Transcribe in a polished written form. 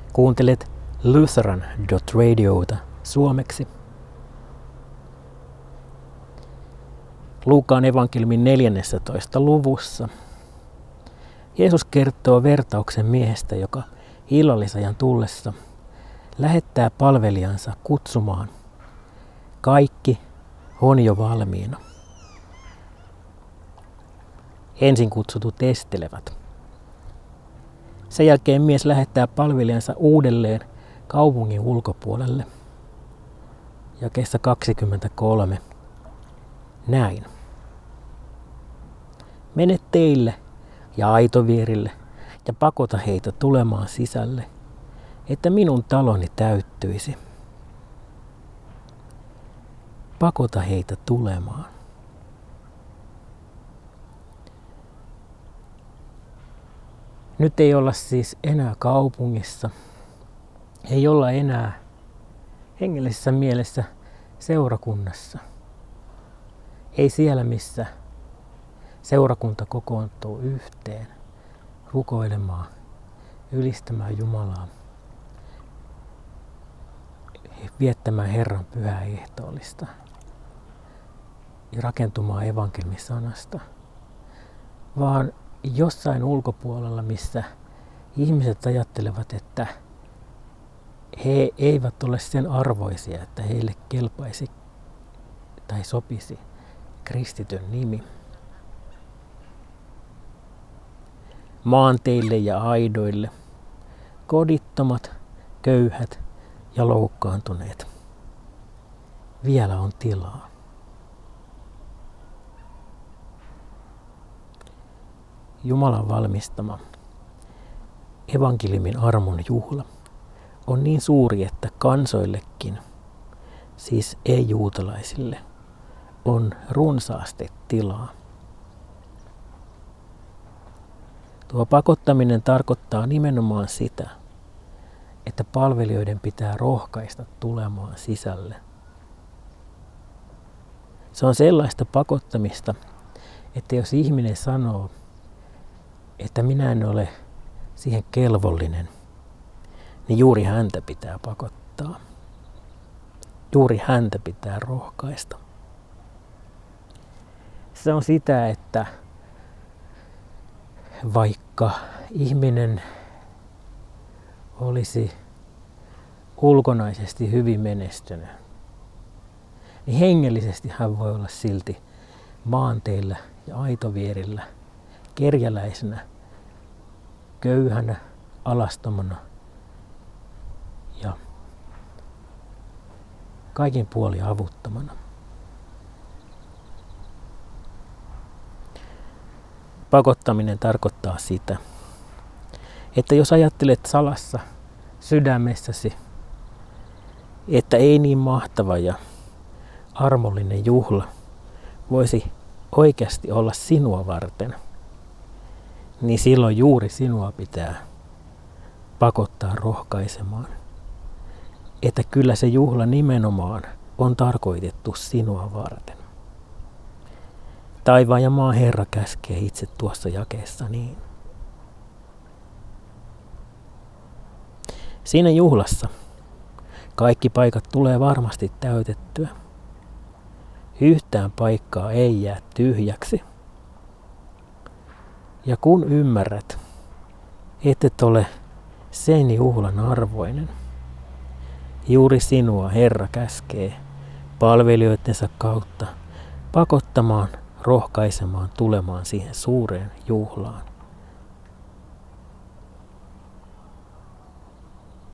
Kuuntelet Lutheran.radiota suomeksi. Luukaan evankeliumin 14. luvussa Jeesus kertoo vertauksen miehestä, joka illallisajan tullessa lähettää palvelijansa kutsumaan. Kaikki on jo valmiina. Ensin kutsutut estelevät. Sen jälkeen mies lähettää palvelijansa uudelleen kaupungin ulkopuolelle. Jakeessa 23. Näin. Mene teille ja aitovierille ja pakota heitä tulemaan sisälle, että minun taloni täyttyisi. Pakota heitä tulemaan. Nyt ei olla siis enää kaupungissa. Ei olla enää hengellisessä mielessä seurakunnassa. Ei siellä, missä seurakunta kokoontuu yhteen rukoilemaan, ylistämään Jumalaa, viettämään Herran pyhää ehtoollista ja rakentumaan evankeliumisanasta, vaan jossain ulkopuolella, missä ihmiset ajattelevat, että he eivät ole sen arvoisia, että heille kelpaisi tai sopisi kristityn nimi. Maanteille ja aidoille, kodittomat, köyhät ja loukkaantuneet. Vielä on tilaa. Jumalan valmistama evankeliumin armon juhla on niin suuri, että kansoillekin, siis ei-juutalaisille, on runsaasti tilaa. Tuo pakottaminen tarkoittaa nimenomaan sitä, että palvelijoiden pitää rohkaista tulemaan sisälle. Se on sellaista pakottamista, että jos ihminen sanoo, että minä en ole siihen kelvollinen, niin juuri häntä pitää pakottaa. Juuri häntä pitää rohkaista. Se on sitä, että vaikka ihminen olisi ulkonaisesti hyvin menestynyt, niin hengellisesti hän voi olla silti maanteillä ja aitovierillä, kerjäläisenä, köyhänä, alastomana ja kaikin puolin avuttomana. Pakottaminen tarkoittaa sitä, että jos ajattelet salassa sydämessäsi, että ei niin mahtava ja armollinen juhla voisi oikeasti olla sinua varten, niin silloin juuri sinua pitää pakottaa rohkaisemaan, että kyllä se juhla nimenomaan on tarkoitettu sinua varten. Taivaan ja maan Herra käskee itse tuossa jakeessa niin. Siinä juhlassa kaikki paikat tulee varmasti täytettyä. Yhtään paikkaa ei jää tyhjäksi. Ja kun ymmärrät, et ole sen juhlan arvoinen, juuri sinua Herra käskee palvelijoittensa kautta pakottamaan, rohkaisemaan tulemaan siihen suureen juhlaan.